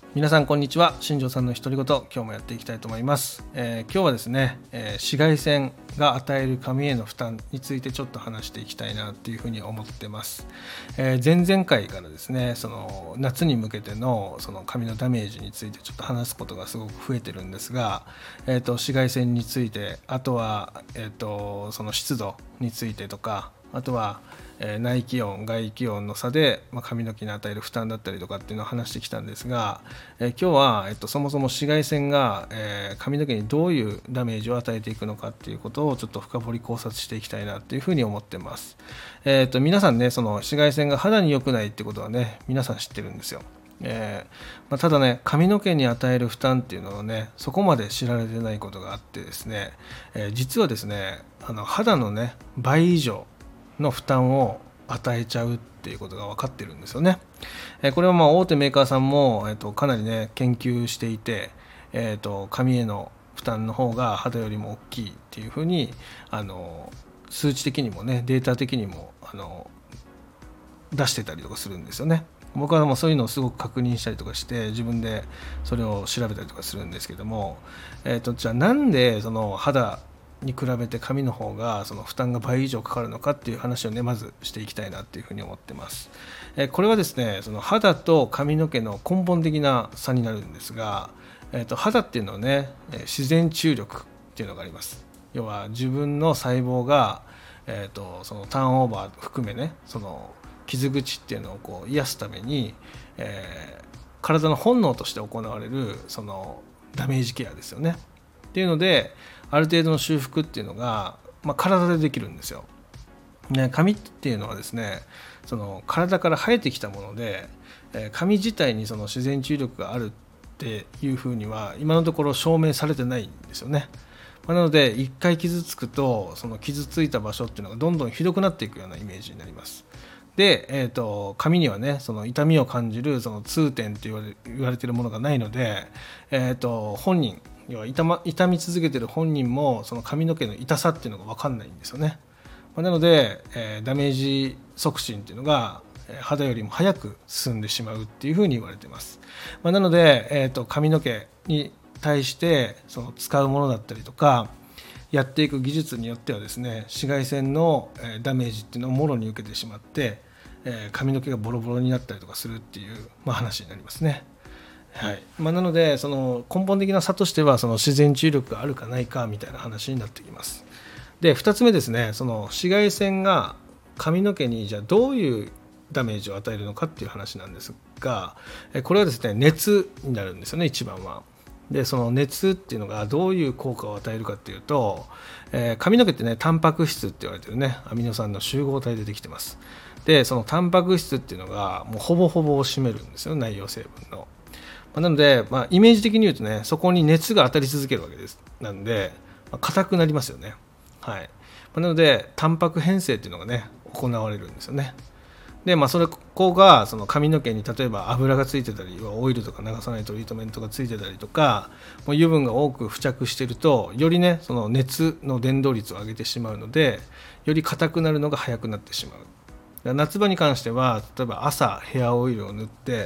皆さんこんにちは。新庄さんの独り言、今日もやっていきたいと思います。今日はですね、紫外線が与える髪への負担についてちょっと話していきたいなというふうに思ってます。前々回からですね、その夏に向けてのその髪のダメージについてちょっと話すことがすごく増えてるんですが、紫外線について、あとは、その湿度についてとか、あとは内気温外気温の差で髪の毛に与える負担だったりとかっていうのを話してきたんですが、今日はそもそも紫外線が髪の毛にどういうダメージを与えていくのかっていうことをちょっと深掘り考察していきたいなっていうふうに思ってます。皆さんね、その紫外線が肌に良くないってことはね、皆さん知ってるんですよ。ただね、髪の毛に与える負担っていうのはね、そこまで知られてないことがあってですね、実はですね、肌のね倍以上の負担を与えちゃうっていうことが分かってるんですよね。これは大手メーカーさんも、かなりね研究していて、髪への負担の方が肌よりも大きいっていうふうに数値的にもねデータ的にも出してたりとかするんですよね。僕はもうそういうのをすごく確認したりとかして自分でそれを調べたりとかするんですけども、じゃあなんでその肌に比べて髪の方がその負担が倍以上かかるのかっていう話をねまずしていきたいなっていうふうに思ってます。これはですね、その肌と髪の毛の根本的な差になるんですが、肌っていうのはね自然注力っていうのがあります。要は自分の細胞が、そのターンオーバー含めね、その傷口っていうのをこう癒すために、体の本能として行われるそのダメージケアですよねっていうので、ある程度の修復っていうのが、体でできるんですよ。髪っていうのはですね、その体から生えてきたもので、髪自体にその自然注力があるっていうふうには今のところ証明されてないんですよね。なので一回傷つくとその傷ついた場所っていうのがどんどんひどくなっていくようなイメージになります。で、髪にはねその痛みを感じるその痛点って言われているものがないので、本人要は痛み続けている本人もその髪の毛の痛さっていうのが分かんないんですよね。なので、ダメージ促進っていうのが肌よりも早く進んでしまうっていうふうに言われています。なので、髪の毛に対してその使うものだったりとかやっていく技術によってはですね、紫外線のダメージっていうのをもろに受けてしまって髪の毛がボロボロになったりとかするっていう、話になりますね。はい。なのでその根本的な差としてはその自然注力があるかないかみたいな話になってきます。で2つ目ですね、その紫外線が髪の毛にじゃあどういうダメージを与えるのかっていう話なんですが、これはですね熱になるんですよね、一番は。でその熱っていうのがどういう効果を与えるかっていうと、髪の毛ってねタンパク質って言われてるねアミノ酸の集合体でできてます。でそのタンパク質っていうのがもうほぼほぼを占めるんですよ、内容成分の。なので、イメージ的に言うとね、そこに熱が当たり続けるわけです。なんで、硬くなりますよね。はい。なので、タンパク編成っていうのがね、行われるんですよね。で、そこがその髪の毛に例えば油がついてたり、オイルとか流さないトリートメントがついてたりとか、もう油分が多く付着していると、よりね、その熱の伝導率を上げてしまうので、より硬くなるのが早くなってしまう。夏場に関しては、例えば朝ヘアオイルを塗って、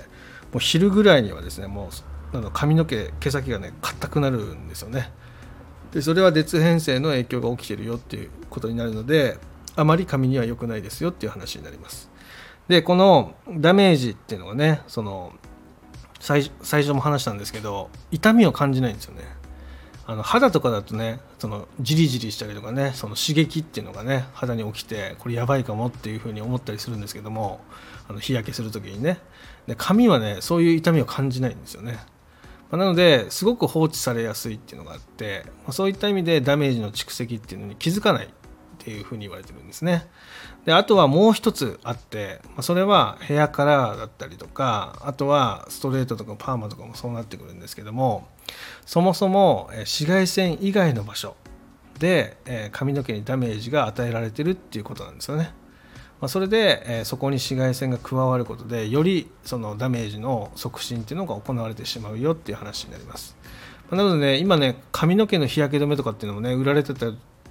もう昼ぐらいにはですね、もう髪の毛先がね硬くなるんですよね。でそれは熱変性の影響が起きているよっていうことになるので、あまり髪には良くないですよっていう話になります。でこのダメージっていうのがね、その最初も話したんですけど、痛みを感じないんですよね。肌とかだとね、そのジリジリしたりとかね、その刺激っていうのがね肌に起きて、これやばいかもっていうふうに思ったりするんですけども、日焼けするときにね。で髪はねそういう痛みを感じないんですよね。なのですごく放置されやすいっていうのがあって、そういった意味でダメージの蓄積っていうのに気づかないっていうふうに言われてるんですね。であとはもう一つあって、それはヘアカラーだったりとか、あとはストレートとかパーマとかもそうなってくるんですけども、そもそも紫外線以外の場所で髪の毛にダメージが与えられてるっていうことなんですよね。それでそこに紫外線が加わることで、よりそのダメージの促進っていうのが行われてしまうよっていう話になります。なのでね、今ね髪の毛の日焼け止めとかっていうのもね売られてた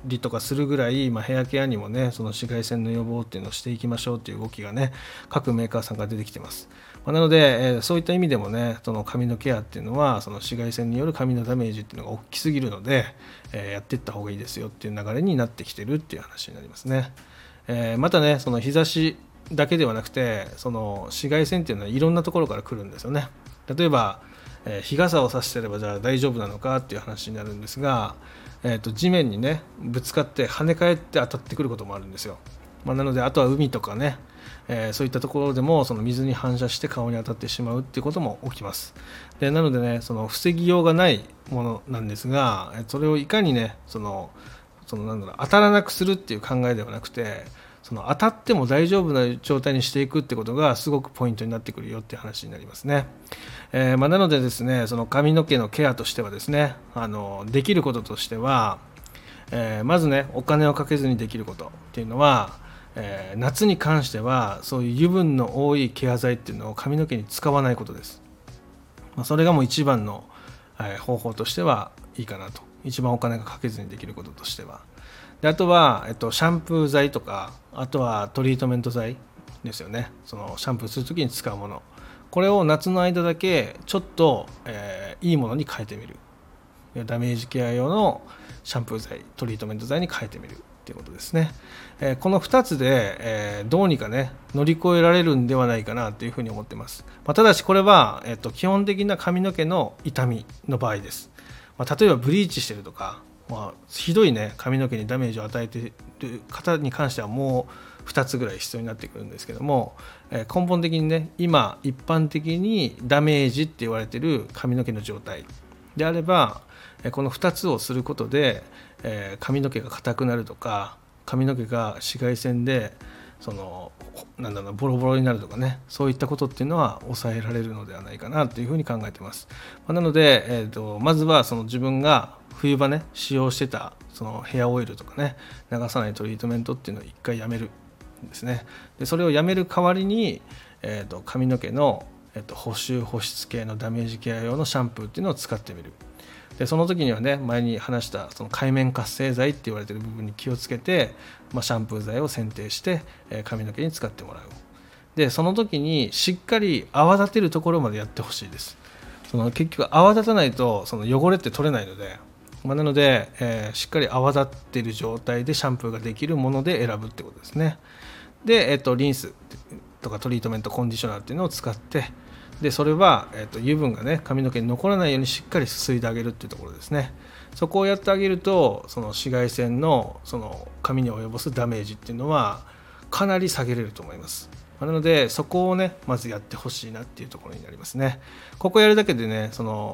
りとかするぐらい、ヘアケアにもねその紫外線の予防っていうのをしていきましょうっていう動きがね各メーカーさんが出てきてます。なので、そういった意味でもねその髪のケアっていうのはその紫外線による髪のダメージっていうのが大きすぎるので、やっていった方がいいですよっていう流れになってきてるっていう話になりますね。またねその日差しだけではなくてその紫外線っていうのはいろんなところから来るんですよね。例えば日傘を差してればじゃあ大丈夫なのかっていう話になるんですが、地面にねぶつかって跳ね返って当たってくることもあるんですよ。なのであとは海とかね、そういったところでもその水に反射して顔に当たってしまうっていうことも起きます。でなのでねその防ぎようがないものなんですが、それをいかにねなんだろう当たらなくするっていう考えではなくて、その当たっても大丈夫な状態にしていくってことがすごくポイントになってくるよっていう話になりますね。なのでですねその髪の毛のケアとしてはですねできることとしては、まずねお金をかけずにできることっていうのは、夏に関してはそういう油分の多いケア剤っていうのを髪の毛に使わないことです。それがもう一番の、方法としてはいいかなと。一番お金がかけずにできることとしては。であとは、シャンプー剤とかあとはトリートメント剤ですよね。そのシャンプーするときに使うもの、これを夏の間だけちょっと、いいものに変えてみる。ダメージケア用のシャンプー剤トリートメント剤に変えてみるということですね。この2つで、どうにかね乗り越えられるんではないかなというふうに思ってます。ただしこれは、基本的な髪の毛の痛みの場合です。例えばブリーチしてるとか、ひどいね髪の毛にダメージを与えている方に関してはもう2つぐらい必要になってくるんですけども、根本的にね今一般的にダメージって言われている髪の毛の状態であれば、この2つをすることで、髪の毛が硬くなるとか髪の毛が紫外線でボロボロになるとかね、そういったことっていうのは抑えられるのではないかなというふうに考えています。なので、まずはその自分が冬場ね使用してたそのヘアオイルとかね流さないトリートメントっていうのを一回やめるんですね。でそれをやめる代わりに、髪の毛の、保湿保湿系のダメージケア用のシャンプーっていうのを使ってみる。でその時にはね前に話したその界面活性剤って言われている部分に気をつけて、シャンプー剤を選定して、髪の毛に使ってもらう。でその時にしっかり泡立てるところまでやってほしいです。結局泡立たないとその汚れって取れないので、なので、しっかり泡立っている状態でシャンプーができるもので選ぶってことですね。で、リンスとかトリートメントコンディショナーっていうのを使って、でそれは、油分がね髪の毛に残らないようにしっかりすすいであげるっていうところですね。そこをやってあげるとその紫外線のその髪に及ぼすダメージっていうのはかなり下げれると思います。なのでそこをねまずやってほしいなっていうところになりますね。ここやるだけでね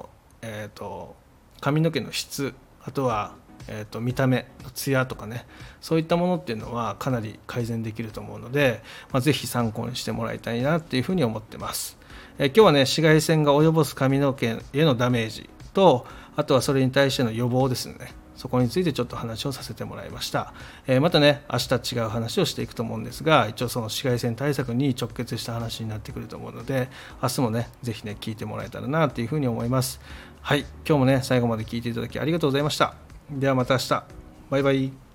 髪の毛の質、あとは、見た目のツヤとかね、そういったものっていうのはかなり改善できると思うので、ぜひ参考にしてもらいたいなっていうふうに思ってます。今日はね紫外線が及ぼす髪の毛へのダメージと、あとはそれに対しての予防ですね、そこについてちょっと話をさせてもらいました。またね明日違う話をしていくと思うんですが、一応その紫外線対策に直結した話になってくると思うので、明日もねぜひね聞いてもらえたらなというふうに思います。はい、今日もね最後まで聞いていただきありがとうございました。ではまた明日、バイバイ。